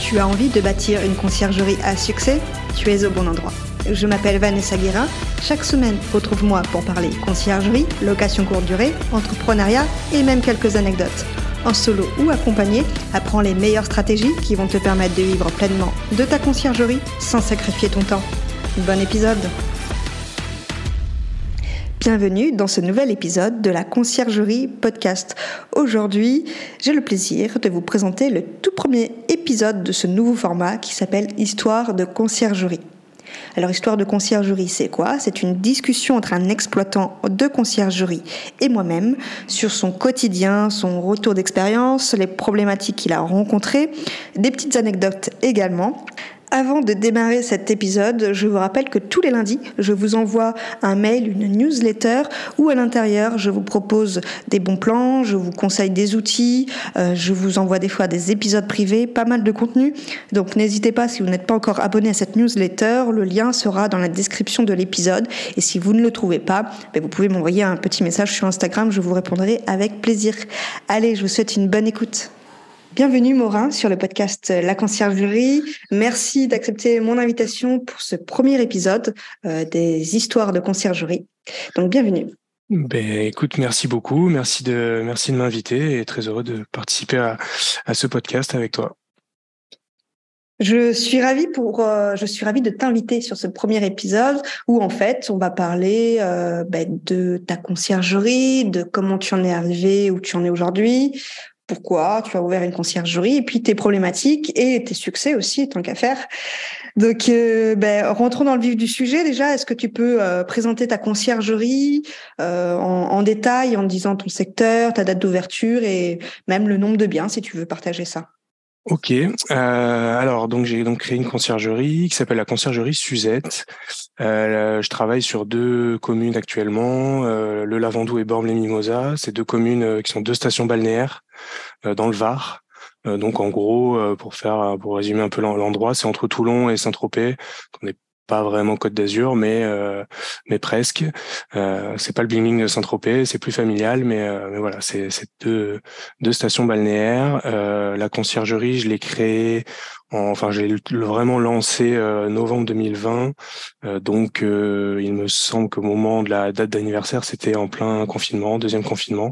Tu as envie de bâtir une conciergerie à succès? Tu es au bon endroit. Je m'appelle Vanessa Guérin. Chaque semaine, retrouve-moi pour parler conciergerie, location courte durée, entrepreneuriat et même quelques anecdotes. En solo ou accompagné, apprends les meilleures stratégies qui vont te permettre de vivre pleinement de ta conciergerie sans sacrifier ton temps. Bon épisode! Bienvenue dans ce nouvel épisode de la Conciergerie Podcast. Aujourd'hui, j'ai le plaisir de vous présenter le tout premier épisode de ce nouveau format qui s'appelle Histoire de conciergerie. Alors, Histoire de conciergerie, c'est quoi? C'est une discussion entre un exploitant de conciergerie et moi-même sur son quotidien, son retour d'expérience, les problématiques qu'il a rencontrées, des petites anecdotes également. Avant de démarrer cet épisode, je vous rappelle que tous les lundis, je vous envoie un mail, une newsletter, où à l'intérieur, je vous propose des bons plans, je vous conseille des outils, je vous envoie des fois des épisodes privés, pas mal de contenu. Donc n'hésitez pas, si vous n'êtes pas encore abonné à cette newsletter, le lien sera dans la description de l'épisode. Et si vous ne le trouvez pas, vous pouvez m'envoyer un petit message sur Instagram, je vous répondrai avec plaisir. Allez, je vous souhaite une bonne écoute. Bienvenue Morin sur le podcast La Conciergerie. Merci d'accepter mon invitation pour ce premier épisode des histoires de conciergerie. Donc bienvenue. Écoute, merci beaucoup, merci de m'inviter et très heureux de participer à ce podcast avec toi. Je suis ravie de t'inviter sur ce premier épisode où en fait on va parler de ta conciergerie, de comment tu en es arrivé où tu en es aujourd'hui. Pourquoi tu as ouvert une conciergerie et puis tes problématiques et tes succès aussi, tant qu'à faire. Donc, rentrons dans le vif du sujet. Déjà, est-ce que tu peux présenter ta conciergerie en détail, en disant ton secteur, ta date d'ouverture et même le nombre de biens, si tu veux partager ça? Ok. Alors, donc j'ai créé une conciergerie qui s'appelle la conciergerie Suzette. Je travaille sur 2 communes actuellement, le Lavandou et Bormes-les-Mimosas. C'est 2 communes qui sont 2 stations balnéaires dans le Var. Donc en gros, pour résumer un peu l'endroit, c'est entre Toulon et Saint-Tropez. On n'est pas vraiment Côte d'Azur, mais presque. C'est pas le bling-bling de Saint-Tropez, c'est plus familial, mais voilà, c'est 2 stations balnéaires. La conciergerie, je l'ai créée j'ai vraiment lancé novembre 2020. Donc il me semble qu'au moment de la date d'anniversaire, c'était en plein confinement, deuxième confinement.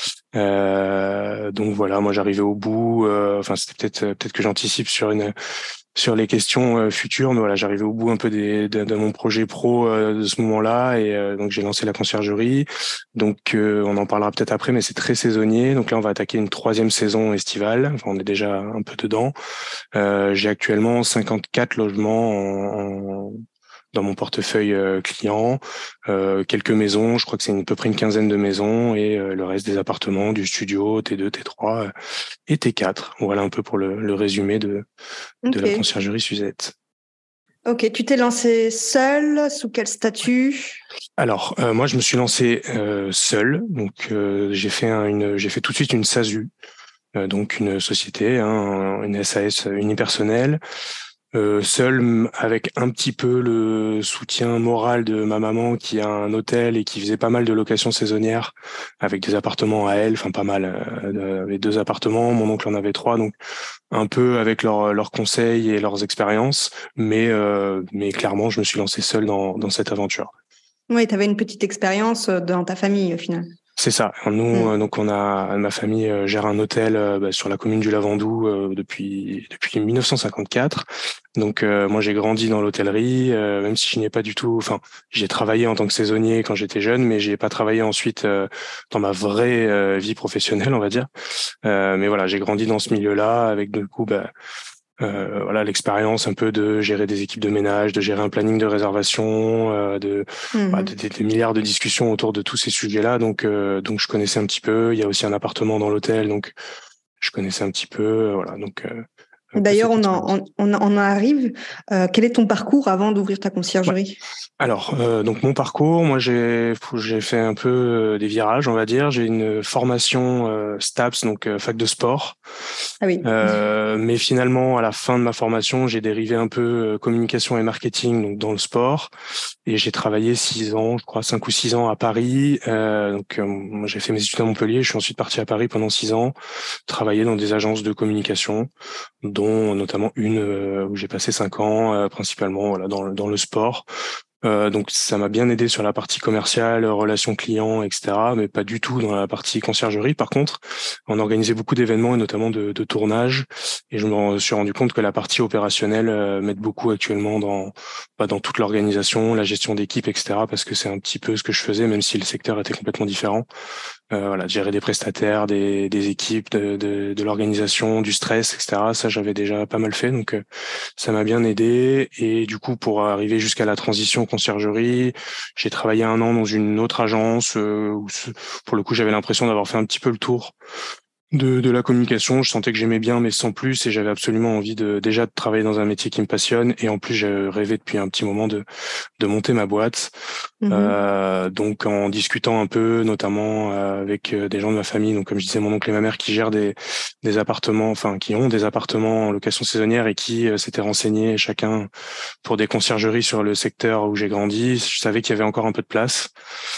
Donc voilà, moi j'arrivais au bout. C'était peut-être que j'anticipe sur les questions futures, mais voilà, j'arrivais au bout un peu de mon projet pro de ce moment-là, et donc j'ai lancé la conciergerie. Donc on en parlera peut-être après, mais c'est très saisonnier. Donc là, on va attaquer une 3e saison estivale. Enfin, on est déjà un peu dedans. J'ai actuellement 54 logements dans mon portefeuille client, quelques maisons, je crois que c'est à peu près une quinzaine de maisons, et le reste des appartements, du studio, T2, T3 et T4. Voilà un peu pour le résumé de la conciergerie Suzette. Ok, tu t'es lancé seul, sous quel statut? Alors, moi je me suis lancé seul, donc j'ai fait tout de suite une SASU, donc une société, une SAS unipersonnelle. Seul, avec un petit peu le soutien moral de ma maman qui a un hôtel et qui faisait pas mal de locations saisonnières avec des appartements à elle, enfin pas mal, avec 2 appartements, mon oncle en avait 3, donc un peu avec leurs conseils et leurs expériences, mais clairement je me suis lancé seul dans cette aventure. Oui, tu avais une petite expérience dans ta famille au final. C'est ça. Nous, donc ma famille gère un hôtel sur la commune du Lavandou depuis 1954. Donc moi j'ai grandi dans l'hôtellerie, même si je n'ai pas du tout. Enfin, j'ai travaillé en tant que saisonnier quand j'étais jeune, mais j'ai pas travaillé ensuite dans ma vraie vie professionnelle, on va dire. Mais voilà, j'ai grandi dans ce milieu-là avec du coup voilà, l'expérience un peu de gérer des équipes de ménage, de gérer un planning de réservation, des milliards de discussions autour de tous ces sujets-là. Donc je connaissais un petit peu. Il y a aussi un appartement dans l'hôtel, donc je connaissais un petit peu. Voilà, donc. D'ailleurs, on en arrive. Quel est ton parcours avant d'ouvrir ta conciergerie? Alors, donc mon parcours, moi j'ai fait un peu des virages, on va dire. J'ai une formation STAPS, donc fac de sport. Ah oui. Mais finalement, à la fin de ma formation, j'ai dérivé un peu communication et marketing, donc dans le sport. Et j'ai travaillé 6 ans, je crois 5 ou 6 ans à Paris. Moi, j'ai fait mes études à Montpellier. Je suis ensuite parti à Paris pendant 6 ans, travailler dans des agences de communication, dont dont notamment une où j'ai passé 5 ans, principalement voilà, dans le sport. Donc ça m'a bien aidé sur la partie commerciale, relations clients, etc., mais pas du tout dans la partie conciergerie. Par contre, on organisait beaucoup d'événements et notamment de tournages, et je me suis rendu compte que la partie opérationnelle m'aide beaucoup actuellement dans toute l'organisation, la gestion d'équipe, etc., parce que c'est un petit peu ce que je faisais, même si le secteur était complètement différent. Voilà, gérer des prestataires, des équipes, de l'organisation, du stress, etc. Ça, j'avais déjà pas mal fait, donc ça m'a bien aidé. Et du coup, pour arriver jusqu'à la transition conciergerie, j'ai travaillé 1 an dans une autre agence où, pour le coup, j'avais l'impression d'avoir fait un petit peu le tour de la communication. Je sentais que j'aimais bien, mais sans plus, et j'avais absolument envie déjà de travailler dans un métier qui me passionne. Et en plus, j'ai rêvé depuis un petit moment de monter ma boîte. Donc en discutant un peu, notamment avec des gens de ma famille, donc comme je disais, mon oncle et ma mère qui gèrent des appartements, enfin qui ont des appartements en location saisonnière et qui s'étaient renseignés chacun pour des conciergeries sur le secteur où j'ai grandi. Je savais qu'il y avait encore un peu de place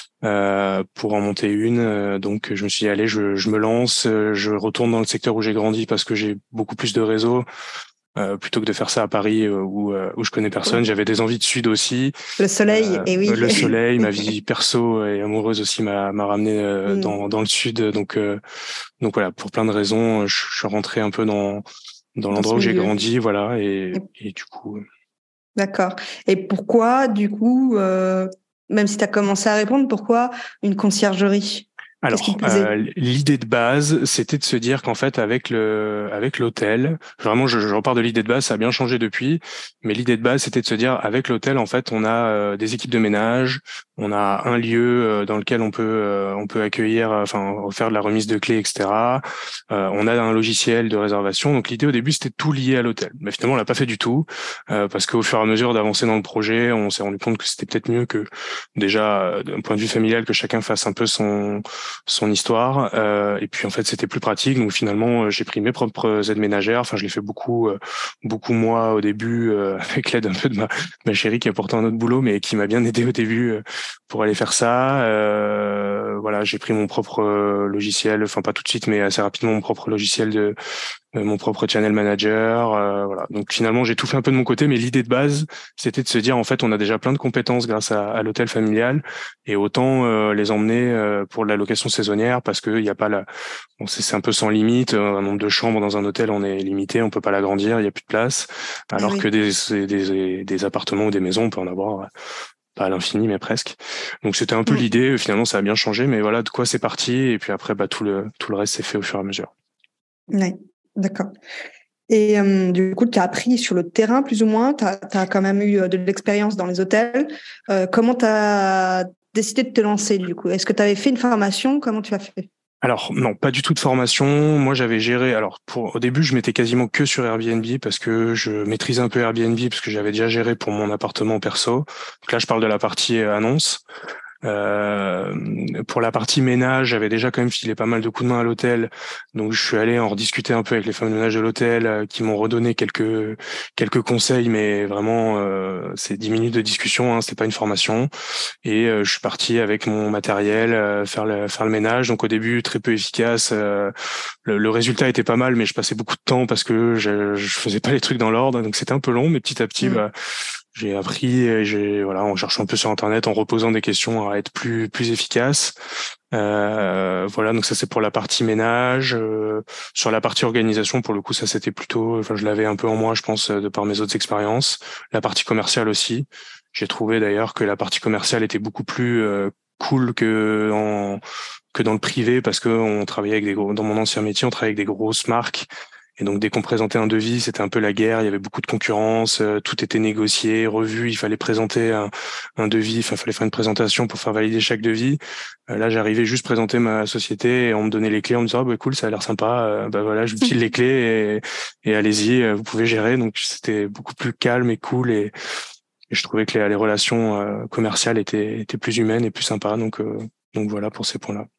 pour en monter une. Donc je me suis dit, allez, je me lance, je retourne dans le secteur où j'ai grandi parce que j'ai beaucoup plus de réseau. Plutôt que de faire ça à Paris où je connais personne. J'avais des envies de sud aussi. Le soleil, et oui. Le soleil, ma vie perso et amoureuse aussi m'a ramené dans le sud. Donc voilà, pour plein de raisons, je suis rentré un peu dans Dans ce l'endroit où j'ai milieu. grandi, voilà, et du coup. D'accord. Et pourquoi, du coup, même si tu as commencé à répondre, pourquoi une conciergerie? Qu'est-ce qui te Alors, plaisait? l'idée de base, c'était de se dire qu'en fait, avec l'hôtel, vraiment, je repars de l'idée de base, ça a bien changé depuis, mais l'idée de base, c'était de se dire, avec l'hôtel, en fait, on a des équipes de ménage, on a un lieu dans lequel on peut accueillir, enfin, faire de la remise de clés, etc. On a un logiciel de réservation. Donc, l'idée au début, c'était tout lié à l'hôtel, mais finalement, on l'a pas fait du tout, parce qu'au fur et à mesure d'avancer dans le projet, on s'est rendu compte que c'était peut-être mieux que déjà, d'un point de vue familial, que chacun fasse un peu son histoire, et puis en fait c'était plus pratique, donc finalement j'ai pris mes propres aides ménagères. Enfin, je l'ai fait beaucoup moi au début, avec l'aide un peu de ma chérie qui a pourtant un autre boulot mais qui m'a bien aidé au début pour aller faire ça. Voilà, j'ai pris mon propre logiciel, enfin pas tout de suite mais assez rapidement, mon propre logiciel de mon propre channel manager. Voilà, donc finalement j'ai tout fait un peu de mon côté, mais l'idée de base c'était de se dire, en fait, on a déjà plein de compétences grâce à l'hôtel familial, et autant les emmener pour la location saisonnière, parce que il y a pas c'est un peu sans limite. Un nombre de chambres dans un hôtel, on est limité, on peut pas l'agrandir, il y a plus de place. Ah Alors oui. que des appartements ou des maisons, on peut en avoir pas à l'infini, mais presque. Donc c'était un peu Mm. l'idée. Finalement, ça a bien changé, mais voilà de quoi c'est parti. Et puis après, tout le reste s'est fait au fur et à mesure. Ouais, d'accord. Et du coup, tu as appris sur le terrain plus ou moins, tu as quand même eu de l'expérience dans les hôtels. Comment tu as décidé de te lancer du coup? Est-ce que tu avais fait une formation? Comment tu as fait? Alors non, pas du tout de formation. Moi, j'avais géré. Alors au début, je m'étais quasiment que sur Airbnb parce que je maîtrisais un peu Airbnb parce que j'avais déjà géré pour mon appartement perso. Donc là, je parle de la partie annonce. Euh, pour la partie ménage, j'avais déjà quand même filé pas mal de coups de main à l'hôtel, donc je suis allé en rediscuter un peu avec les femmes de ménage de l'hôtel qui m'ont redonné quelques conseils, mais vraiment c'est 10 minutes de discussion, hein, c'était pas une formation. Et je suis parti avec mon matériel faire le ménage. Donc au début très peu efficace. Le résultat était pas mal, mais je passais beaucoup de temps parce que je faisais pas les trucs dans l'ordre, donc c'était un peu long. Mais petit à petit, Mm. j'ai appris, et voilà, en cherchant un peu sur internet, en reposant des questions, à être plus efficace. Voilà, donc ça c'est pour la partie ménage. Sur la partie organisation, pour le coup, ça c'était plutôt, enfin je l'avais un peu en moi, je pense, de par mes autres expériences. La partie commerciale aussi. J'ai trouvé d'ailleurs que la partie commerciale était beaucoup plus cool que dans le privé, parce que on travaillait avec dans mon ancien métier, on travaillait avec des grosses marques. Et donc, dès qu'on présentait un devis, c'était un peu la guerre. Il y avait beaucoup de concurrence. Tout était négocié, revu. Il fallait présenter un devis. Enfin, il fallait faire une présentation pour faire valider chaque devis. Là, j'arrivais juste présenter ma société et on me donnait les clés en me disant, ah, bah, cool, ça a l'air sympa. Bah voilà, je vous file les clés et allez-y, vous pouvez gérer. Donc, c'était beaucoup plus calme et cool, et je trouvais que les relations commerciales étaient plus humaines et plus sympas. Donc voilà pour ces points-là.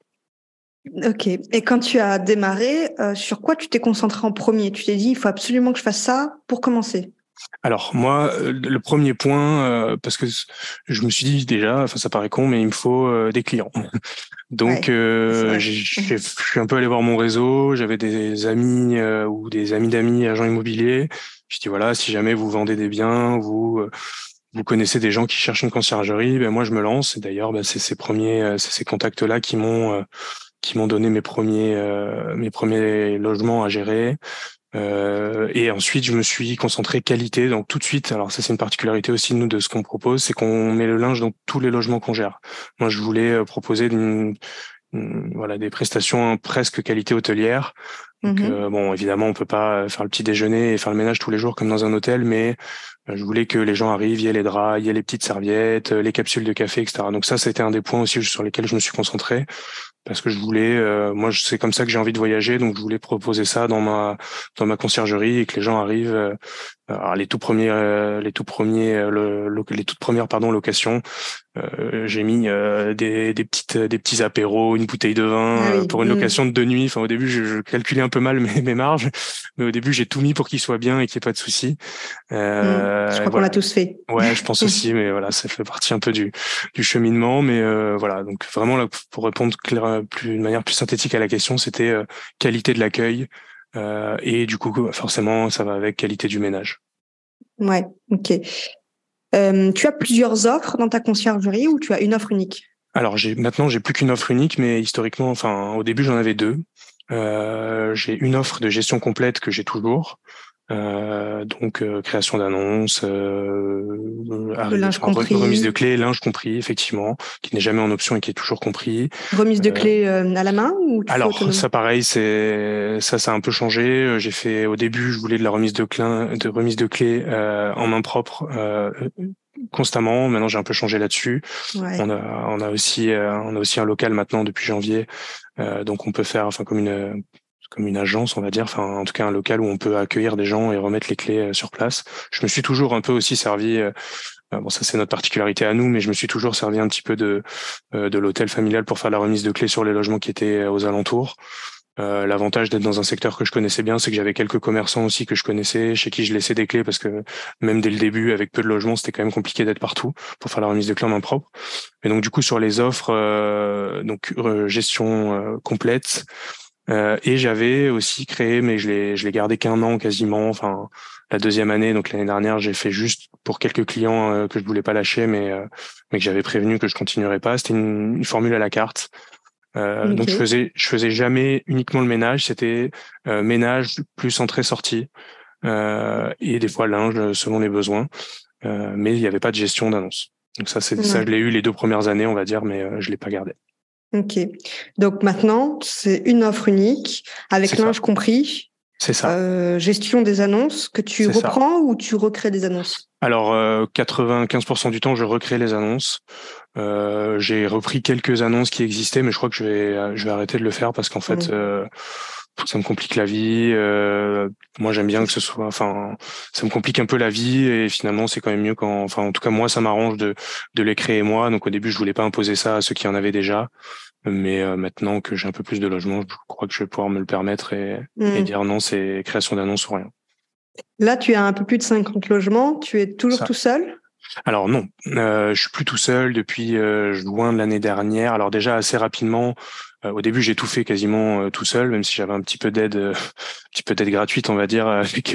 Ok. Et quand tu as démarré, sur quoi tu t'es concentré en premier? Tu t'es dit, il faut absolument que je fasse ça pour commencer. Alors moi, le premier point, parce que je me suis dit déjà, enfin ça paraît con, mais il me faut des clients. Donc Ouais, c'est vrai. je suis un peu allé voir mon réseau. J'avais des amis ou des amis d'amis agents immobiliers. Je dis voilà, si jamais vous vendez des biens, vous connaissez des gens qui cherchent une conciergerie, ben moi je me lance. Et d'ailleurs, ben, c'est c'est ces contacts-là qui m'ont donné mes premiers logements à gérer. Et ensuite, je me suis concentré qualité. Donc tout de suite, alors ça c'est une particularité aussi nous de ce qu'on propose, c'est qu'on met le linge dans tous les logements qu'on gère. Moi, je voulais proposer voilà des prestations presque qualité hôtelière. Donc Mhm. bon, évidemment, on peut pas faire le petit déjeuner et faire le ménage tous les jours comme dans un hôtel, mais je voulais que les gens arrivent, il y ait les draps, il y ait les petites serviettes, les capsules de café, etc. Donc ça, c'était un des points aussi sur lesquels je me suis concentré parce que je voulais, moi, c'est comme ça que j'ai envie de voyager, donc je voulais proposer ça dans ma conciergerie et que les gens arrivent. Alors les toutes premières locations, j'ai mis des petits apéros, une bouteille de Ah vin oui. pour une location de 2 nuits. Enfin, au début, je calculais un peu mal mes marges, mais au début, j'ai tout mis pour qu'il soit bien et qu'il n'y ait pas de soucis. Je crois qu'on l'a Voilà. tous fait. Ouais, je pense aussi, mais voilà, ça fait partie un peu du cheminement. Mais voilà, donc vraiment là, pour répondre de manière plus synthétique à la question, c'était qualité de l'accueil et du coup, forcément, ça va avec qualité du ménage. Ouais, ok. Tu as plusieurs offres dans ta conciergerie ou tu as une offre unique? Alors maintenant j'ai plus qu'une offre unique, mais historiquement, enfin au début j'en avais deux. J'ai une offre de gestion complète que j'ai toujours. Création d'annonces, Le linge remise de compris, clés, linge compris, effectivement, qui n'est jamais en option et qui est toujours compris. remise de Euh, clés à la main ou tu fais alors autonome? ça pareil, ça a un peu changé. J'ai fait au début, je voulais de la remise de clés en main propre constamment. Maintenant j'ai un peu changé là-dessus. Ouais. On a aussi un local maintenant depuis janvier, donc on peut faire, enfin comme une agence, on va dire, enfin en tout cas un local où on peut accueillir des gens et remettre les clés sur place. Je me suis toujours un peu aussi servi, bon ça c'est notre particularité à nous, mais je me suis toujours servi un petit peu de l'hôtel familial pour faire la remise de clés sur les logements qui étaient aux alentours. L'avantage d'être dans un secteur que je connaissais bien, c'est que j'avais quelques commerçants aussi que je connaissais, chez qui je laissais des clés parce que même dès le début, avec peu de logements, c'était quand même compliqué d'être partout pour faire la remise de clés en main propre. Et donc du coup sur les offres, gestion complète. Et j'avais aussi créé, mais je l'ai gardé qu'un an quasiment. Enfin la deuxième année, donc l'année dernière, j'ai fait juste pour quelques clients que je voulais pas lâcher, mais que j'avais prévenu que je continuerais pas. C'était une formule à la carte. Donc Ok. je faisais jamais uniquement le ménage, c'était ménage plus entrée-sortie et des fois linge selon les besoins, mais il n'y avait pas de gestion d'annonce. Donc ça je Ouais. l'ai eu les 2 premières années on va dire, mais je l'ai pas gardé. Ok. Donc maintenant, c'est une offre unique C'est avec ça, linge compris, c'est ça, gestion des annonces que tu c'est ça. reprends ou tu recrées des annonces? Alors 95% du temps je recrée les annonces. J'ai repris quelques annonces qui existaient, mais je crois que je vais arrêter de le faire parce qu'en fait, Hmm. ça me complique la vie. Moi, j'aime bien que ce soit, enfin, ça me complique un peu la vie et finalement, c'est quand même mieux quand, enfin, en tout cas, moi, ça m'arrange de les créer moi. Donc, au début, je voulais pas imposer ça à ceux qui en avaient déjà, mais maintenant que j'ai un peu plus de logements, je crois que je vais pouvoir me le permettre et Hmm. dire non, c'est création d'annonces ou rien. Là, tu as un peu plus de 50 logements. Tu es toujours Ça. tout seul? Alors non, je suis plus tout seul depuis juin de l'année dernière. Alors déjà assez rapidement, au début j'ai tout fait quasiment tout seul, même si j'avais un petit peu d'aide, un petit peu d'aide gratuite, on va dire,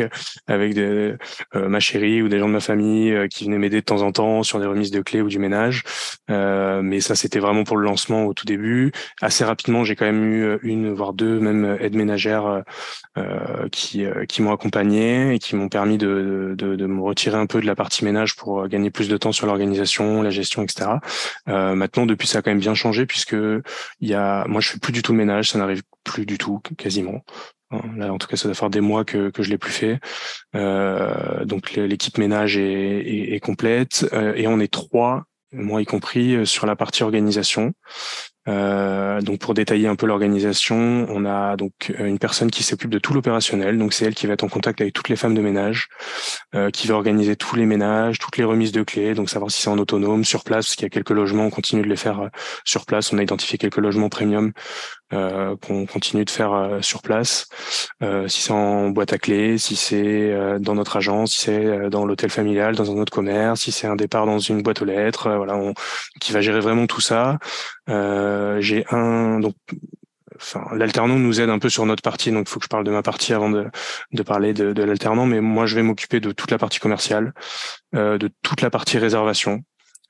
avec ma chérie ou des gens de ma famille qui venaient m'aider de temps en temps sur des remises de clés ou du ménage. Mais ça c'était vraiment pour le lancement au tout début. Assez rapidement j'ai quand même eu une voire deux même aides ménagères qui m'ont accompagné et qui m'ont permis de me retirer un peu de la partie ménage pour gagner plus de temps sur l'organisation, la gestion, etc. Maintenant, depuis, ça a quand même bien changé puisque moi, je fais plus du tout le ménage, ça n'arrive plus du tout, quasiment. Là, en tout cas, ça doit faire des mois que je l'ai plus fait. Donc, l'équipe ménage est complète et on est trois, moi y compris, sur la partie organisation. Donc pour détailler un peu l'organisation, on a donc une personne qui s'occupe de tout l'opérationnel. Donc c'est elle qui va être en contact avec toutes les femmes de ménage, qui va organiser tous les ménages, toutes les remises de clés, donc savoir si c'est en autonome, sur place, parce qu'il y a quelques logements, on continue de les faire sur place. On a identifié quelques logements premium qu'on continue de faire sur place. Si c'est en boîte à clés, si c'est dans notre agence, si c'est dans l'hôtel familial, dans un autre commerce, si c'est un départ dans une boîte aux lettres, voilà, qui va gérer vraiment tout ça. J'ai l'alternant nous aide un peu sur notre partie, donc il faut que je parle de ma partie avant de parler de l'alternant, mais moi je vais m'occuper de toute la partie commerciale, de toute la partie réservation.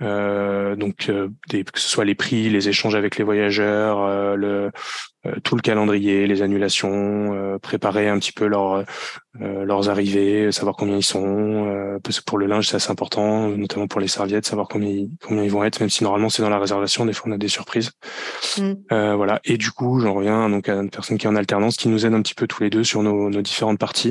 Que ce soit les prix, les échanges avec les voyageurs, tout le calendrier, les annulations, préparer un petit peu leurs arrivées, savoir combien ils sont. Parce que pour le linge, c'est assez important, notamment pour les serviettes, savoir combien ils vont être, même si normalement c'est dans la réservation, des fois on a des surprises. Voilà. Et du coup, j'en reviens donc à une personne qui est en alternance, qui nous aide un petit peu tous les deux sur nos différentes parties.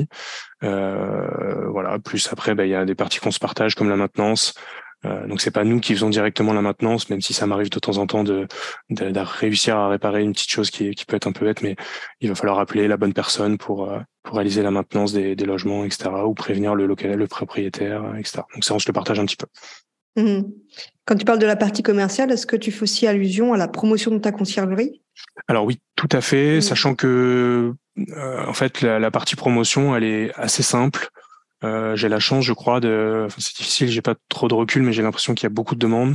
Voilà. Plus après, il y a des parties qu'on se partage, comme la maintenance. Donc c'est pas nous qui faisons directement la maintenance, même si ça m'arrive de temps en temps de réussir à réparer une petite chose qui peut être un peu bête, mais il va falloir appeler la bonne personne pour réaliser la maintenance des logements, etc., ou prévenir le propriétaire, etc. Donc ça, on se le partage un petit peu. Quand tu parles de la partie commerciale, est-ce que tu fais aussi allusion à la promotion de ta conciergerie? Alors oui, tout à fait, sachant que en fait la partie promotion, elle est assez simple. J'ai la chance, je crois, c'est difficile, j'ai pas trop de recul, mais j'ai l'impression qu'il y a beaucoup de demandes.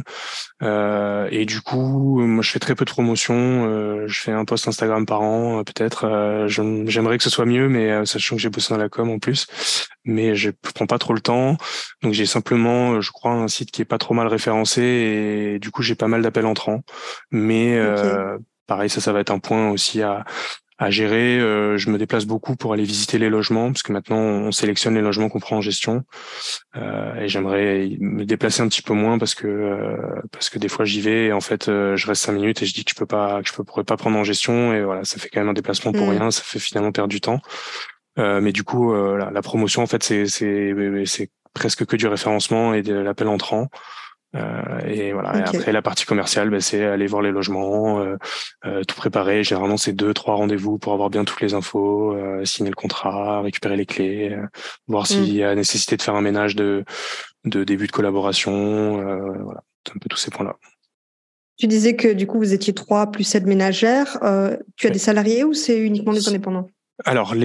Et du coup, moi, je fais très peu de promotion. Je fais un post Instagram par an, peut-être. J'aimerais que ce soit mieux, mais sachant que j'ai bossé dans la com en plus, mais je prends pas trop le temps. Donc j'ai simplement, je crois, un site qui est pas trop mal référencé, et du coup, j'ai pas mal d'appels entrants. Mais pareil, ça va être un point aussi à gérer. Je me déplace beaucoup pour aller visiter les logements, parce que maintenant on sélectionne les logements qu'on prend en gestion, et j'aimerais me déplacer un petit peu moins parce que des fois j'y vais et en fait je reste 5 minutes et je dis que je pourrais pas prendre en gestion, et voilà, ça fait quand même un déplacement pour rien, ça fait finalement perdre du temps. Mais du coup la promotion en fait c'est presque que du référencement et de l'appel entrant. Et voilà. Et après la partie commerciale, c'est aller voir les logements, tout préparer. Généralement, c'est 2-3 rendez-vous pour avoir bien toutes les infos, signer le contrat, récupérer les clés, voir s'il y a nécessité de faire un ménage de début de collaboration. Voilà, un peu tous ces points-là. Tu disais que du coup, vous étiez 3 plus 7 ménagères. Tu as des salariés ou c'est uniquement des indépendants? Alors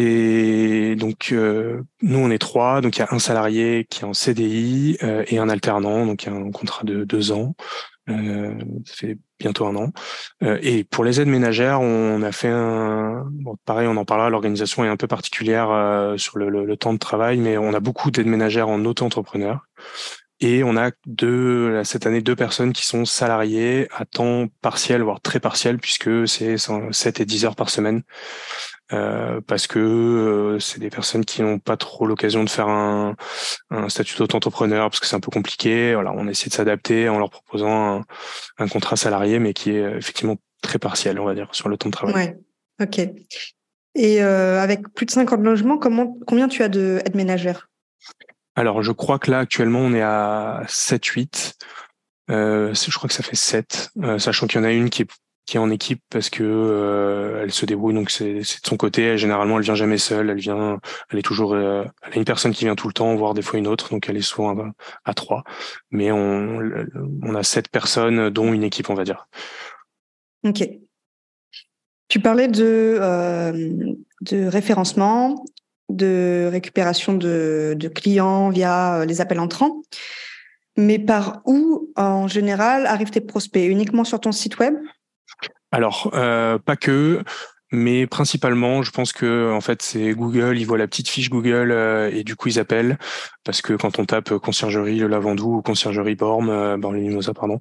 nous on est 3, donc il y a un salarié qui est en CDI et un alternant, donc il y a un contrat de 2 ans, ça fait bientôt 1 an. Et pour les aides ménagères, on a fait pareil, on en parlera. L'organisation est un peu particulière sur le temps de travail, mais on a beaucoup d'aides ménagères en auto-entrepreneur. Et on a cette année 2 personnes qui sont salariées à temps partiel, voire très partiel, puisque c'est 7 et 10 heures par semaine. Parce que c'est des personnes qui n'ont pas trop l'occasion de faire un statut d'auto-entrepreneur, parce que c'est un peu compliqué. Voilà, on essaie de s'adapter en leur proposant un contrat salarié, mais qui est effectivement très partiel, on va dire, sur le temps de travail. Ouais, ok. Et avec plus de 50 logements, combien tu as d'aides ménagères? Alors, je crois que là, actuellement, on est à 7-8. Je crois que ça fait 7, sachant qu'il y en a une qui est en équipe parce que elle se débrouille, donc c'est de son côté. Généralement, elle vient jamais seule. Elle est toujours, elle a une personne qui vient tout le temps, voire des fois une autre, donc elle est souvent à 3. Mais on a 7 personnes, dont une équipe, on va dire. Ok. Tu parlais de référencement, de récupération de clients via les appels entrants. Mais par où, en général, arrivent tes prospects? Uniquement sur ton site web? Alors, pas que, mais principalement, je pense que en fait, c'est Google. Ils voient la petite fiche Google et du coup, ils appellent, parce que quand on tape conciergerie Le Lavandou ou conciergerie Bormes-les-Mimosas, pardon,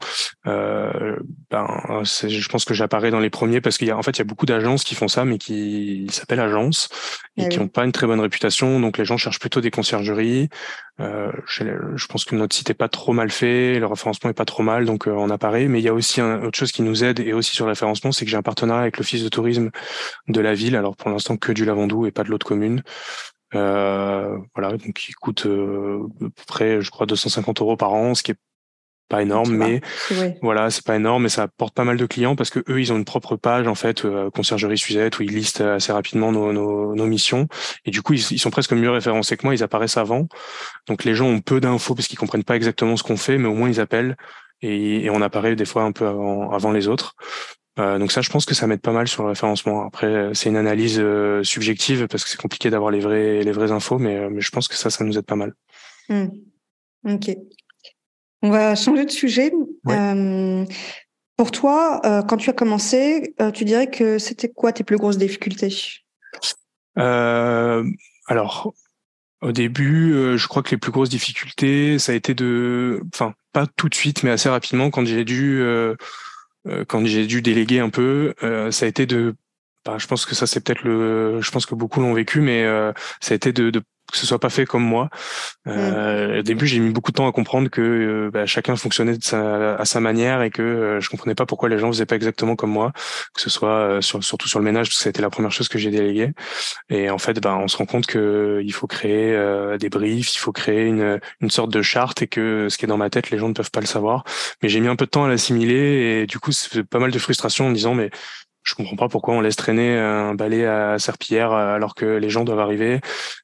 je pense que j'apparais dans les premiers, parce qu'il y a beaucoup d'agences qui font ça, mais qui s'appellent agences et qui n'ont pas une très bonne réputation. Donc, les gens cherchent plutôt des conciergeries. Je pense que notre site est pas trop mal fait, le référencement est pas trop mal, donc on apparaît. Mais il y a aussi autre chose qui nous aide, et aussi sur le référencement, c'est que j'ai un partenariat avec l'office de tourisme de la ville. Alors pour l'instant que du Lavandou et pas de l'autre commune. Voilà, donc il coûte à peu près, je crois, 250 € par an, ce qui est pas énorme, Ça va. mais Ouais. voilà, c'est pas énorme, mais ça apporte pas mal de clients parce que eux, ils ont une propre page en fait, Conciergerie Suzette, où ils listent assez rapidement nos missions. Et du coup, ils sont presque mieux référencés que moi. Ils apparaissent avant, donc les gens ont peu d'infos parce qu'ils comprennent pas exactement ce qu'on fait, mais au moins ils appellent et on apparaît des fois un peu avant les autres. Donc ça, je pense que ça m'aide pas mal sur le référencement. Après, c'est une analyse subjective parce que c'est compliqué d'avoir les vraies infos, mais je pense que ça nous aide pas mal. Ok. On va changer de sujet. Ouais. Pour toi, quand tu as commencé, tu dirais que c'était quoi tes plus grosses difficultés? Alors, au début, je crois que les plus grosses difficultés, ça a été enfin, pas tout de suite, mais assez rapidement, quand j'ai dû déléguer un peu, ça a été je pense que ça c'est peut-être je pense que beaucoup l'ont vécu, mais ça a été que ce soit pas fait comme moi. Au début, j'ai mis beaucoup de temps à comprendre que chacun fonctionnait à sa manière et que je comprenais pas pourquoi les gens faisaient pas exactement comme moi, que ce soit surtout sur le ménage, parce que ça a été la première chose que j'ai déléguée. Et en fait, on se rend compte que il faut créer des briefs, il faut créer une sorte de charte et que ce qui est dans ma tête, les gens ne peuvent pas le savoir. Mais j'ai mis un peu de temps à l'assimiler et du coup, c'est pas mal de frustration en me disant mais je comprends pas pourquoi on laisse traîner un balai à serpillière alors que les gens doivent arriver.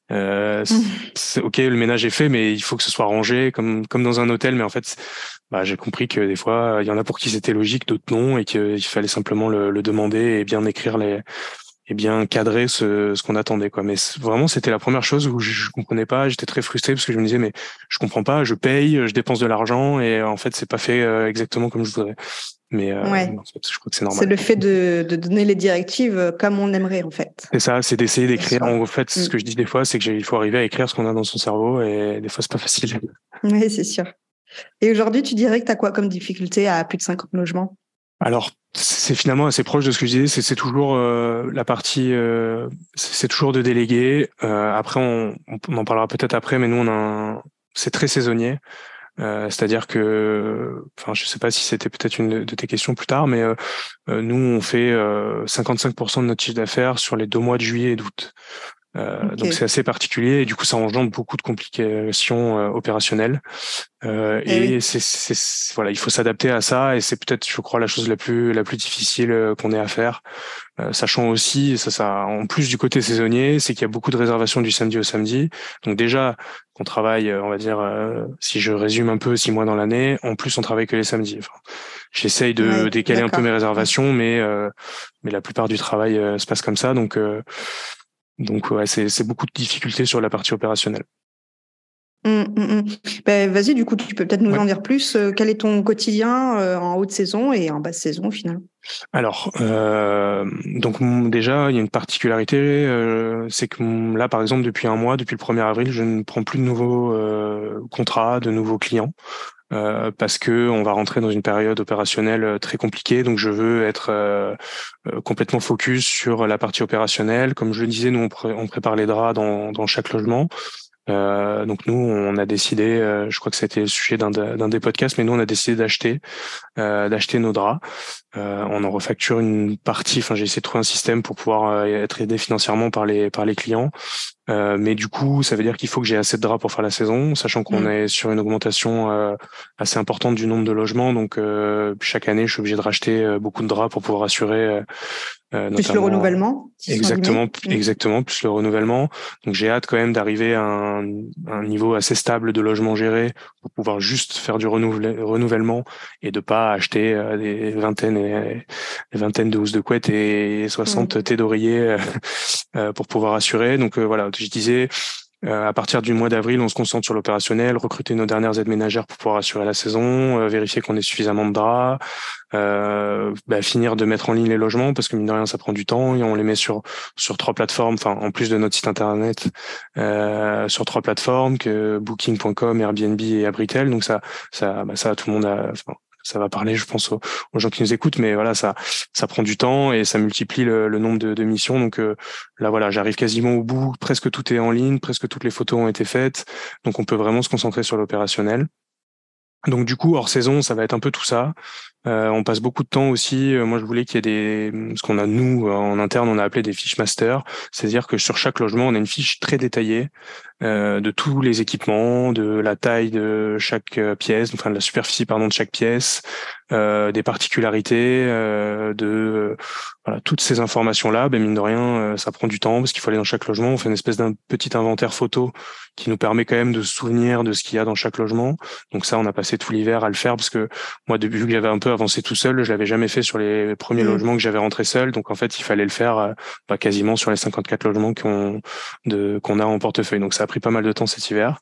Ok, le ménage est fait, mais il faut que ce soit rangé comme dans un hôtel. Mais en fait, j'ai compris que des fois, il y en a pour qui c'était logique, d'autres non, et qu'il fallait simplement le demander et bien écrire et bien cadrer ce qu'on attendait, quoi. Mais vraiment, c'était la première chose où je comprenais pas. J'étais très frustré parce que je me disais, mais je comprends pas, je paye, je dépense de l'argent et en fait, c'est pas fait exactement comme je voudrais. Mais Ouais. non, je crois que c'est C'est normal. le fait de donner les directives comme on aimerait, en fait. C'est ça, c'est d'essayer Que ce d'écrire. soit. En fait, ce que je dis des fois, c'est il faut arriver à écrire ce qu'on a dans son cerveau et des fois, c'est pas facile. Oui, c'est sûr. Et aujourd'hui, tu dirais que tu as quoi comme difficulté à plus de 50 logements? Alors, c'est finalement assez proche de ce que je disais. C'est toujours la partie, c'est toujours de déléguer. Après, on en parlera peut-être après, mais nous, c'est très saisonnier. C'est-à-dire que, enfin, je sais pas si c'était peut-être une de tes questions plus tard, mais nous, on fait 55% de notre chiffre d'affaires sur les 2 mois de juillet et d'août. Donc c'est Ok. assez particulier et du coup ça engendre beaucoup de complications opérationnelles. Eh Et oui. voilà, il faut s'adapter à ça et c'est peut-être, je crois, la chose la plus difficile qu'on ait à faire. Sachant aussi, ça, en plus du côté saisonnier, c'est qu'il y a beaucoup de réservations du samedi au samedi. Donc déjà, on travaille, on va dire, si je résume un peu, 6 mois dans l'année. En plus, on travaille que les samedis. Enfin, j'essaye de Ouais, décaler un peu mes d'accord. réservations, mais la plupart du travail se passe comme ça. Donc ouais, c'est beaucoup de difficultés sur la partie opérationnelle. Ben, vas-y, du coup, tu peux peut-être nous Ouais. en dire plus. Quel est ton quotidien en haute saison et en basse saison, au final? Alors, donc déjà, il y a une particularité, c'est que là, par exemple, depuis un mois, depuis le 1er avril, je ne prends plus de nouveaux contrats, de nouveaux clients, parce que on va rentrer dans une période opérationnelle très compliquée. Donc, je veux être complètement focus sur la partie opérationnelle. Comme je le disais, nous, on prépare les draps dans chaque logement. Donc nous, on a décidé, je crois que c'était le sujet d'un des podcasts, mais nous, on a décidé d'acheter nos draps. On en refacture une partie. Enfin, j'ai essayé de trouver un système pour pouvoir être aidé financièrement par les clients. Mais du coup, ça veut dire qu'il faut que j'ai assez de draps pour faire la saison, sachant qu'on Mm. est sur une augmentation assez importante du nombre de logements. Donc chaque année, je suis obligé de racheter beaucoup de draps pour pouvoir assurer Plus le notamment. renouvellement, qui sont Exactement, abîmés. exactement, plus le renouvellement. Donc j'ai hâte quand même d'arriver à un niveau assez stable de logement géré pour pouvoir juste faire du renouvellement et de pas acheter des vingtaines de housses de couette et 60 Mm. thés d'oreiller pour pouvoir assurer. Donc voilà, je disais, à partir du mois d'avril, on se concentre sur l'opérationnel, recruter nos dernières aides ménagères pour pouvoir assurer la saison, vérifier qu'on ait suffisamment de draps, finir de mettre en ligne les logements parce que mine de rien, ça prend du temps et on les met sur 3 plateformes, enfin en plus de notre site internet, sur 3 plateformes que Booking.com, Airbnb et Abritel. Donc ça tout le monde ça va parler, je pense, aux gens qui nous écoutent, mais voilà, ça prend du temps et ça multiplie le nombre de missions. Donc là, voilà, j'arrive quasiment au bout. Presque tout est en ligne, presque toutes les photos ont été faites. Donc on peut vraiment se concentrer sur l'opérationnel. Donc du coup, hors saison, ça va être un peu tout ça. On passe beaucoup de temps aussi. Moi, je voulais qu'il y ait ce qu'on a nous en interne, on a appelé des fiches master, c'est-à-dire que sur chaque logement, on a une fiche très détaillée de tous les équipements, de la taille de chaque pièce, enfin de la superficie pardon de chaque pièce, des particularités, voilà toutes ces informations-là. Ben mine de rien, ça prend du temps parce qu'il faut aller dans chaque logement. On fait une espèce d'un petit inventaire photo qui nous permet quand même de se souvenir de ce qu'il y a dans chaque logement. Donc ça, on a passé tout l'hiver à le faire parce que moi, vu que j'avais un peu avancé tout seul, je l'avais jamais fait sur les premiers logements que j'avais rentré seul. Donc en fait, il fallait le faire quasiment sur les 54 logements qu'on a en portefeuille. Donc ça a pris pas mal de temps cet hiver.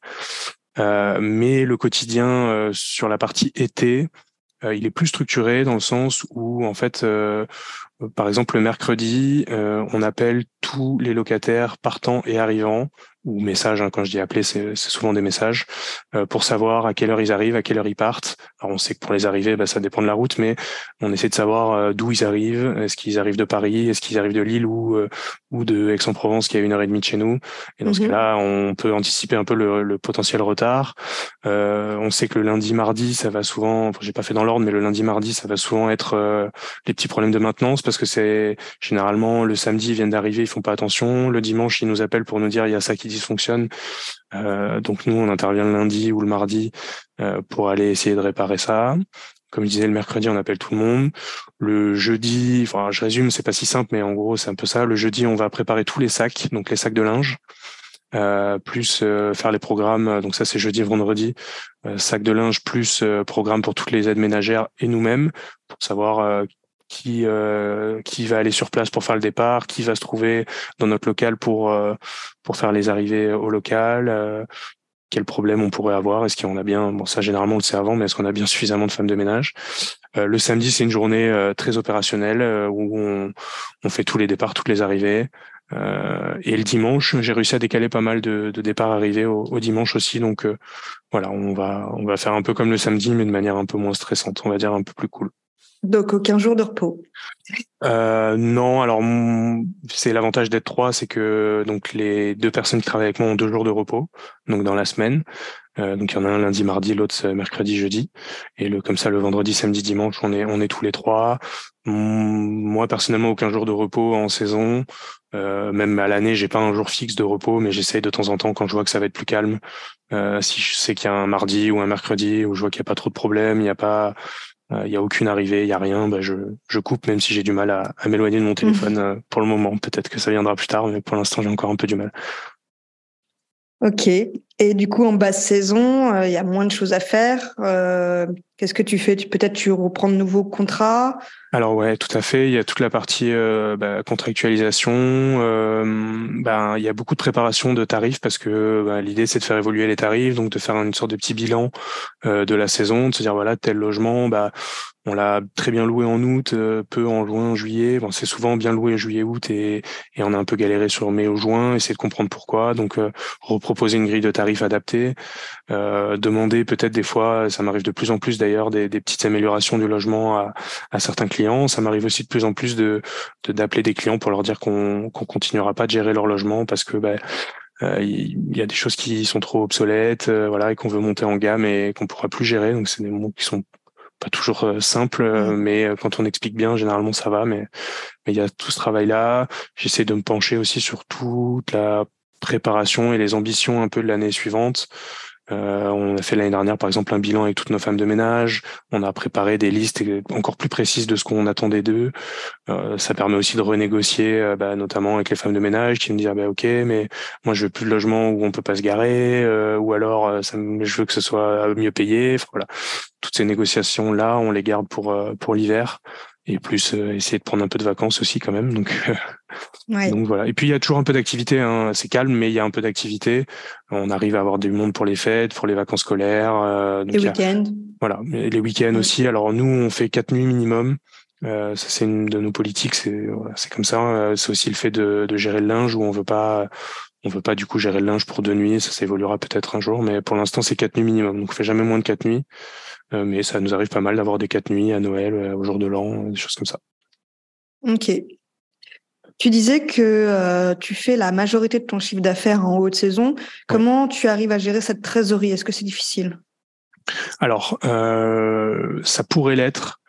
Mais le quotidien sur la partie été, il est plus structuré dans le sens où en fait par exemple, le mercredi, on appelle tous les locataires partants et arrivants, ou messages, hein, quand je dis appeler, c'est souvent des messages, pour savoir à quelle heure ils arrivent, à quelle heure ils partent. Alors on sait que pour les arrivées, ça dépend de la route, mais on essaie de savoir d'où ils arrivent. Est-ce qu'ils arrivent de Paris, est-ce qu'ils arrivent de Lille ou de Aix-en-Provence, qui est à 1h30 de chez nous. Et dans ce cas-là, on peut anticiper un peu le potentiel retard. On sait que le lundi, mardi, ça va souvent, enfin, j'ai pas fait dans l'ordre, mais le lundi, mardi, ça va souvent être les petits problèmes de maintenance, parce que c'est généralement le samedi ils viennent d'arriver, ils font pas attention. Le dimanche ils nous appellent pour nous dire il y a ça qui dysfonctionne. Donc nous on intervient le lundi ou le mardi pour aller essayer de réparer ça. Comme je disais, le mercredi on appelle tout le monde. Le jeudi, enfin je résume, c'est pas si simple, mais en gros c'est un peu ça. Le jeudi on va préparer tous les sacs, donc les sacs de linge. Plus faire les programmes, donc ça c'est jeudi et vendredi, sac de linge plus programme pour toutes les aides ménagères et nous-mêmes, pour savoir qui va aller sur place pour faire le départ, qui va se trouver dans notre local pour faire les arrivées au local, quel problème on pourrait avoir, est-ce qu'on a bien, bon ça généralement on le sait avant, mais est-ce qu'on a bien suffisamment de femmes de ménage. Le samedi c'est une journée très opérationnelle où on fait tous les départs, toutes les arrivées. Et le dimanche, j'ai réussi à décaler pas mal de départs arrivés au dimanche aussi. Donc voilà, on va faire un peu comme le samedi, mais de manière un peu moins stressante, on va dire un peu plus cool. Donc aucun jour de repos. Non, alors c'est l'avantage d'être trois, c'est que donc les deux personnes qui travaillent avec moi ont 2 jours de repos, donc dans la semaine. Donc il y en a un lundi, mardi, l'autre mercredi, jeudi, et comme ça le vendredi, samedi, dimanche, on est tous les trois. Moi personnellement, aucun jour de repos en saison. Même à l'année, j'ai pas un jour fixe de repos, mais j'essaye de temps en temps quand je vois que ça va être plus calme. Si je sais qu'il y a un mardi ou un mercredi où je vois qu'il y a pas trop de problèmes, il y a aucune arrivée, il y a rien, je coupe, même si j'ai du mal à m'éloigner de mon téléphone pour le moment. Peut-être que ça viendra plus tard, mais pour l'instant j'ai encore un peu du mal. Ok. Et du coup, en basse saison, il y a moins de choses à faire. Qu'est-ce que tu fais? Peut-être tu reprends de nouveaux contrats? Alors ouais, tout à fait. Il y a toute la partie contractualisation. Il y a beaucoup de préparation de tarifs parce que l'idée c'est de faire évoluer les tarifs, donc de faire une sorte de petit bilan de la saison, de se dire voilà tel logement, on l'a très bien loué en août, peu en juin, juillet. Bon, c'est souvent bien loué juillet, août et on a un peu galéré sur mai ou juin. Essayer de comprendre pourquoi. Donc reproposer une grille de tarifs adaptée. Demander peut-être des fois, ça m'arrive de plus en plus d'ailleurs, des petites améliorations du logement à certains clients. Ça m'arrive aussi de plus en plus d'appeler des clients pour leur dire qu'on continuera pas de gérer leur logement parce que il y a des choses qui sont trop obsolètes, voilà, et qu'on veut monter en gamme et qu'on pourra plus gérer. Donc c'est des moments qui sont pas toujours simples, mais quand on explique bien, généralement ça va. Mais il y a tout ce travail-là. J'essaie de me pencher aussi sur toute la préparation et les ambitions un peu de l'année suivante. On a fait l'année dernière, par exemple, un bilan avec toutes nos femmes de ménage. On a préparé des listes encore plus précises de ce qu'on attendait d'eux. Ça permet aussi de renégocier, notamment avec les femmes de ménage qui me disent ok, mais moi je veux plus de logement où on peut pas se garer, ou alors je veux que ce soit mieux payé. Enfin, voilà, toutes ces négociations là, on les garde pour l'hiver. Et plus essayer de prendre un peu de vacances aussi quand même. Donc Ouais. donc voilà. Et puis il y a toujours un peu d'activité, hein. C'est calme, mais il y a un peu d'activité. On arrive à avoir du monde pour les fêtes, pour les vacances scolaires. Les week-ends. Voilà, les week-ends aussi. Alors nous, on fait 4 nuits minimum. Ça c'est une de nos politiques. C'est comme ça. C'est aussi le fait de gérer le linge où on veut pas du coup gérer le linge pour 2 nuits. Ça évoluera peut-être un jour, mais pour l'instant c'est 4 nuits minimum. Donc on fait jamais moins de 4 nuits. Mais ça nous arrive pas mal d'avoir des 4 nuits à Noël, au jour de l'an, des choses comme ça. Ok. Tu disais que tu fais la majorité de ton chiffre d'affaires en haute saison. Comment tu arrives à gérer cette trésorerie? Est-ce que c'est difficile? Alors, ça pourrait l'être.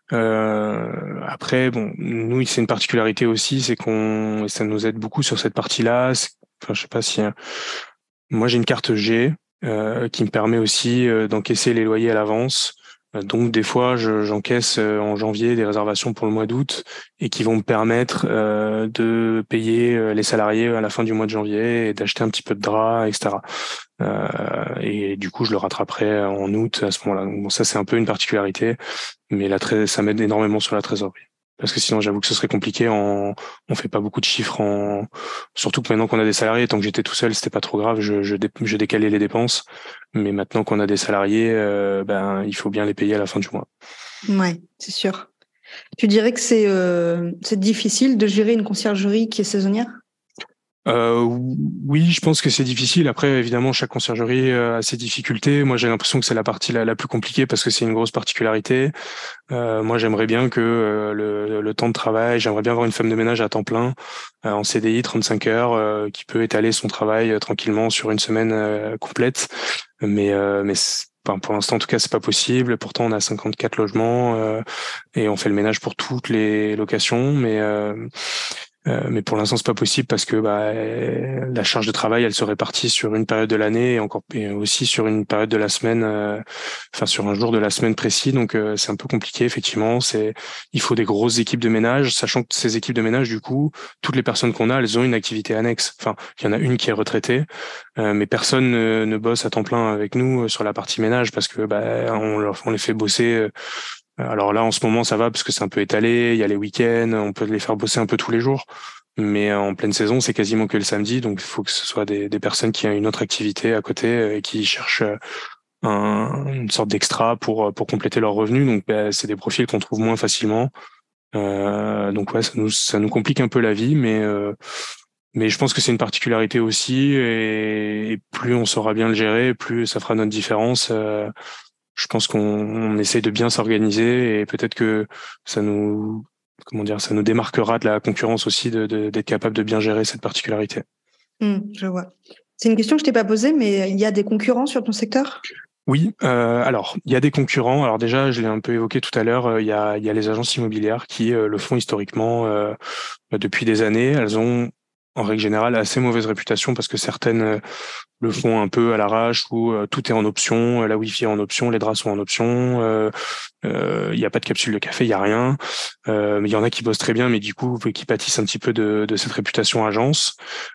Après, bon, nous, c'est une particularité aussi, c'est et ça nous aide beaucoup sur cette partie-là. Enfin, je sais pas si moi j'ai une carte G qui me permet aussi d'encaisser les loyers à l'avance. Donc des fois, j'encaisse en janvier des réservations pour le mois d'août et qui vont me permettre de payer les salariés à la fin du mois de janvier et d'acheter un petit peu de drap, etc. Et du coup, je le rattraperai en août à ce moment-là. Donc, bon, ça, c'est un peu une particularité, mais ça m'aide énormément sur la trésorerie. Parce que sinon, j'avoue que ce serait compliqué. On fait pas beaucoup de chiffres surtout que maintenant qu'on a des salariés, tant que j'étais tout seul, c'était pas trop grave. Je décalais les dépenses. Mais maintenant qu'on a des salariés, ben, il faut bien les payer à la fin du mois. Ouais, c'est sûr. Tu dirais que c'est difficile de gérer une conciergerie qui est saisonnière? Oui, je pense que c'est difficile. Après, évidemment, chaque conciergerie a ses difficultés. Moi, j'ai l'impression que c'est la partie la plus compliquée parce que c'est une grosse particularité. Moi, j'aimerais bien que le temps de travail, j'aimerais bien avoir une femme de ménage à temps plein en CDI 35 heures qui peut étaler son travail tranquillement sur une semaine complète. Enfin, pour l'instant, en tout cas, c'est pas possible. Pourtant, on a 54 logements et on fait le ménage pour toutes les locations, mais pour l'instant, c'est pas possible parce que la charge de travail, elle se répartit sur une période de l'année et aussi sur une période de la semaine, enfin sur un jour de la semaine précis. Donc c'est un peu compliqué effectivement. Il faut des grosses équipes de ménage, sachant que ces équipes de ménage, du coup, toutes les personnes qu'on a, elles ont une activité annexe. Enfin, il y en a une qui est retraitée, mais personne ne bosse à temps plein avec nous sur la partie ménage parce que on les fait bosser. Alors là, en ce moment, ça va parce que c'est un peu étalé. Il y a les week-ends, on peut les faire bosser un peu tous les jours. Mais en pleine saison, c'est quasiment que le samedi. Donc, il faut que ce soit des personnes qui ont une autre activité à côté et qui cherchent une sorte d'extra pour compléter leurs revenus. Donc, c'est des profils qu'on trouve moins facilement. Donc, ouais, ça nous complique un peu la vie, mais je pense que c'est une particularité aussi. Et plus on saura bien le gérer, plus ça fera notre différence. Je pense qu'on essaye de bien s'organiser et peut-être que ça nous, comment dire, ça nous démarquera de la concurrence aussi d'être capable de bien gérer cette particularité. Je vois. C'est une question que je t'ai pas posée, mais il y a des concurrents sur ton secteur? Oui, alors il y a des concurrents. Alors déjà, je l'ai un peu évoqué tout à l'heure, il y a les agences immobilières qui le font historiquement depuis des années. Elles ont en règle générale assez mauvaise réputation parce que certaines le font un peu à l'arrache où tout est en option, la wifi est en option, les draps sont en option, il n'y a pas de capsule de café, il y a rien. Mais il y en a qui bossent très bien, mais du coup qui pâtissent un petit peu de cette réputation agence.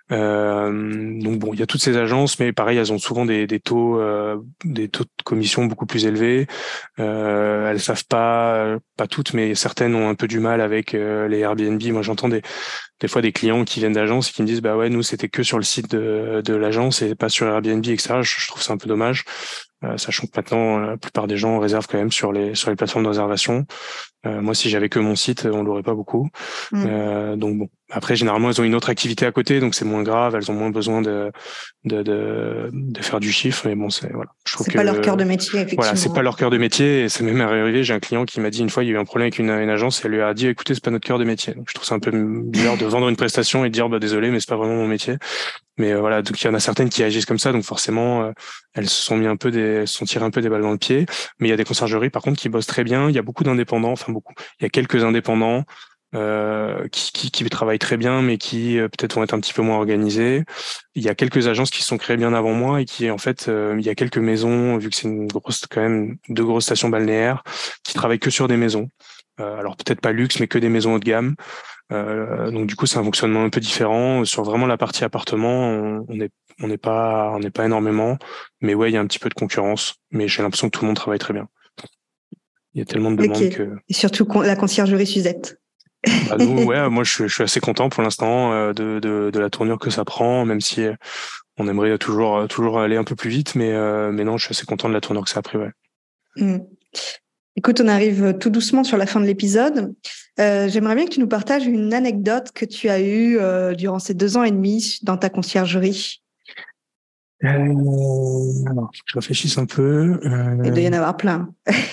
Donc bon, il y a toutes ces agences, mais pareil, elles ont souvent des taux de commission beaucoup plus élevés. Elles savent pas toutes, mais certaines ont un peu du mal avec les Airbnb. Moi, j'entends des fois des clients qui viennent d'agence et qui me disent bah ouais, nous c'était que sur le site de l'agence et pas sur Airbnb, etc. Je trouve ça un peu dommage, sachant que maintenant la plupart des gens réservent quand même sur les plateformes de réservation. Moi, si j'avais que mon site, on l'aurait pas beaucoup. Donc bon, après généralement elles ont une autre activité à côté, donc c'est moins grave, elles ont moins besoin de faire du chiffre. Mais bon, voilà. Je trouve C'est pas leur cœur que de métier, voilà, c'est effectivement. pas leur cœur de métier. Et c'est même arrivé. J'ai un client qui m'a dit une fois, il y a eu un problème avec une agence et elle lui a dit, écoutez, c'est pas notre cœur de métier. Donc je trouve ça un peu bizarre de vendre une prestation et de dire, bah désolé, mais c'est pas vraiment mon métier. Mais voilà, donc il y en a certaines qui agissent comme ça, donc forcément, elles se sont tirées un peu des balles dans le pied. Mais il y a des conciergeries, par contre, qui bossent très bien. Il y a beaucoup d'indépendants, enfin beaucoup. Il y a quelques indépendants qui travaillent très bien, mais qui peut-être vont être un petit peu moins organisés. Il y a quelques agences qui se sont créées bien avant moi et qui, en fait, il y a quelques maisons, vu que c'est quand même deux grosses stations balnéaires, qui travaillent que sur des maisons. Alors peut-être pas luxe, mais que des maisons haut de gamme. Donc du coup, c'est un fonctionnement un peu différent. Sur vraiment la partie appartement, on n'est pas énormément, mais ouais, il y a un petit peu de concurrence. Mais j'ai l'impression que tout le monde travaille très bien. Il y a tellement de Ok. demandes Et que surtout la conciergerie Suzette. bah nous, ouais, moi je suis assez content pour l'instant de la tournure que ça prend, même si on aimerait toujours aller un peu plus vite, mais non, je suis assez content de la tournure que ça a pris, ouais. Mm. Écoute, on arrive tout doucement sur la fin de l'épisode. J'aimerais bien que tu nous partages une anecdote que tu as eue durant ces 2 ans et demi dans ta conciergerie. Alors, faut que je réfléchisse un peu. Il doit y en avoir plein.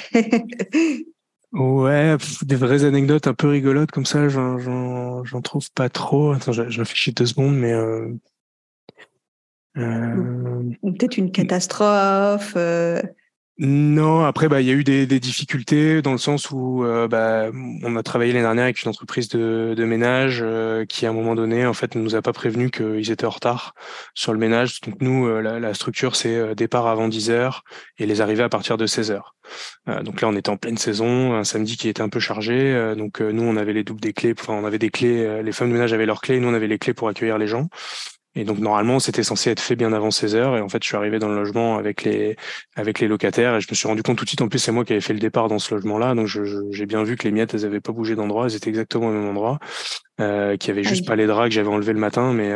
Ouais, des vraies anecdotes un peu rigolotes comme ça, j'en trouve pas trop. Attends, je réfléchis 2 secondes, mais Ou euh, peut-être une catastrophe. Non, après, il y a eu des difficultés dans le sens où on a travaillé l'année dernière avec une entreprise de ménage qui, à un moment donné, en fait, ne nous a pas prévenu qu'ils étaient en retard sur le ménage. Donc nous, la structure, c'est départ avant 10 heures et les arrivées à partir de 16 heures. Donc là, on était en pleine saison, un samedi qui était un peu chargé. Donc nous, on avait les doubles des clés. Enfin, on avait des clés. Les femmes de ménage avaient leurs clés. Nous, on avait les clés pour accueillir les gens. Et donc normalement c'était censé être fait bien avant 16 heures, et en fait je suis arrivé dans le logement avec les locataires et je me suis rendu compte tout de suite, en plus c'est moi qui avais fait le départ dans ce logement-là, donc j'ai bien vu que les miettes elles avaient pas bougé d'endroit, elles étaient exactement au même endroit, qu'il y avait juste Aïe. pas les draps que j'avais enlevés le matin, mais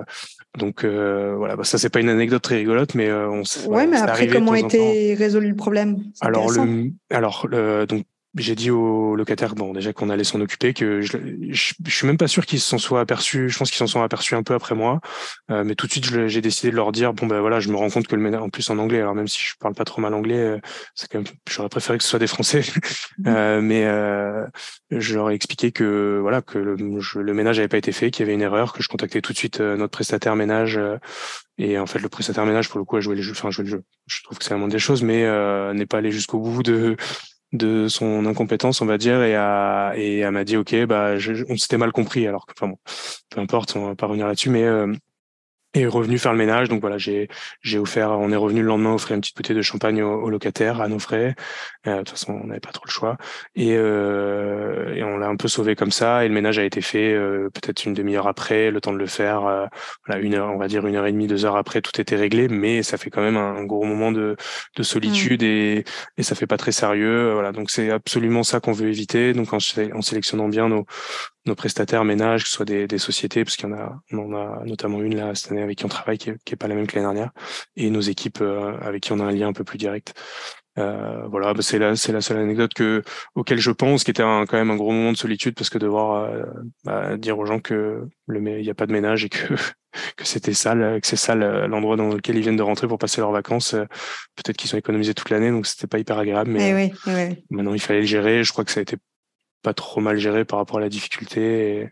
voilà, ça c'est pas une anecdote très rigolote, mais Ouais, mais c'est après, arrivé de comment a temps en temps. été résolu le problème? C'est intéressant. Donc j'ai dit aux locataires, bon, déjà qu'on allait s'en occuper, que je suis même pas sûr qu'ils s'en soient aperçus. Je pense qu'ils s'en sont aperçus un peu après moi, mais tout de suite j'ai décidé de leur dire, bon ben voilà, je me rends compte que le ménage, en plus en anglais, alors même si je parle pas trop mal anglais, c'est quand même, j'aurais préféré que ce soit des Français, mais je leur ai expliqué que voilà que le ménage avait pas été fait, qu'il y avait une erreur, que je contactais tout de suite notre prestataire ménage. Et en fait, le prestataire ménage, pour le coup, a joué joué le jeu. Je trouve que c'est la moindre des choses, mais n'est pas allé jusqu'au bout de son incompétence, on va dire, et elle m'a dit, ok, on s'était mal compris, alors que, enfin bon, peu importe, on va pas revenir là-dessus, mais est revenu faire le ménage. Donc voilà, on est revenu le lendemain offrir une petite bouteille de champagne aux locataires à nos frais. De toute façon, on n'avait pas trop le choix. Et on l'a un peu sauvé comme ça. Et le ménage a été fait peut-être une demi-heure après, le temps de le faire. Voilà, 1 heure, on va dire 1 heure et demie, 2 heures après, tout était réglé. Mais ça fait quand même un gros moment de solitude et ça fait pas très sérieux. Voilà, donc c'est absolument ça qu'on veut éviter. Donc en sélectionnant bien nos prestataires ménages, que ce soit des sociétés, parce on en a notamment une là cette année avec qui on travaille, qui est pas la même que l'année dernière, et nos équipes avec qui on a un lien un peu plus direct. Voilà, c'est la seule anecdote auquel je pense, qui était quand même un gros moment de solitude, parce que devoir dire aux gens que il y a pas de ménage et que que c'était sale, que c'est sale l'endroit dans lequel ils viennent de rentrer pour passer leurs vacances. Peut-être qu'ils sont économisés toute l'année, donc c'était pas hyper agréable, mais Eh oui, eh oui. maintenant il fallait le gérer. Je crois que ça a été pas trop mal géré par rapport à la difficulté.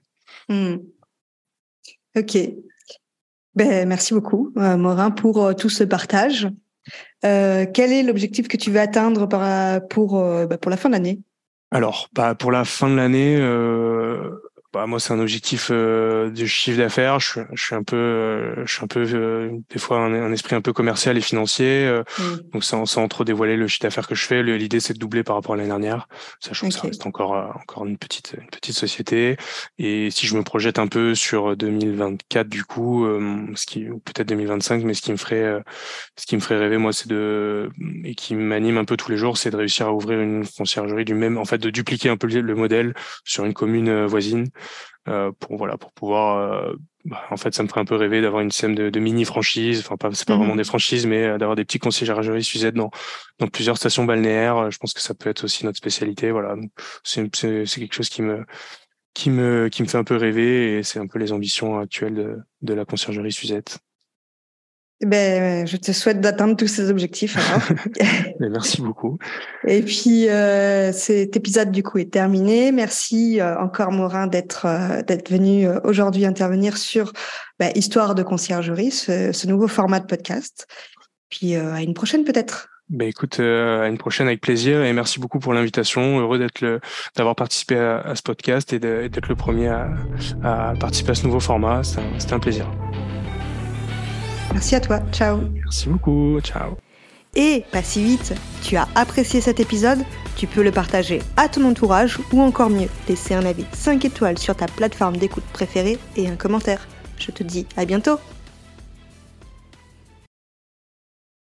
Ok. Ben, merci beaucoup, Morin, pour tout ce partage. Quel est l'objectif que tu veux atteindre pour la fin de l'année? Alors, pour la fin de l'année, moi, c'est un objectif de chiffre d'affaires. Je suis un peu, des fois un esprit un peu commercial et financier. Donc, sans trop dévoiler le chiffre d'affaires que je fais, l'idée c'est de doubler par rapport à l'année dernière, sachant que ça reste encore une petite société. Et si je me projette un peu sur 2024, du coup, ou peut-être 2025, mais ce qui me ferait rêver, moi, et qui m'anime un peu tous les jours, c'est de réussir à ouvrir une conciergerie en fait, de dupliquer un peu le modèle sur une commune voisine, pour pouvoir, en fait, ça me ferait un peu rêver d'avoir une système de mini franchise. Enfin, c'est pas vraiment des franchises, mais d'avoir des petits conciergeries Suzette dans plusieurs stations balnéaires. Je pense que ça peut être aussi notre spécialité. Voilà, donc, c'est quelque chose qui me fait un peu rêver, et c'est un peu les ambitions actuelles de la conciergerie Suzette. Ben, je te souhaite d'atteindre tous ces objectifs alors. Merci beaucoup. Et puis cet épisode du coup est terminé. Merci encore Morin d'être venu aujourd'hui intervenir sur Histoire de conciergerie, ce nouveau format de podcast. Puis à une prochaine peut-être. Écoute, à une prochaine avec plaisir, et merci beaucoup pour l'invitation. Heureux d'avoir participé à ce podcast et d'être le premier à participer à ce nouveau format. C'était un plaisir. Merci à toi. Ciao. Merci beaucoup. Ciao. Et pas si vite, tu as apprécié cet épisode, tu peux le partager à ton entourage ou encore mieux, laisser un avis 5 étoiles sur ta plateforme d'écoute préférée et un commentaire. Je te dis à bientôt.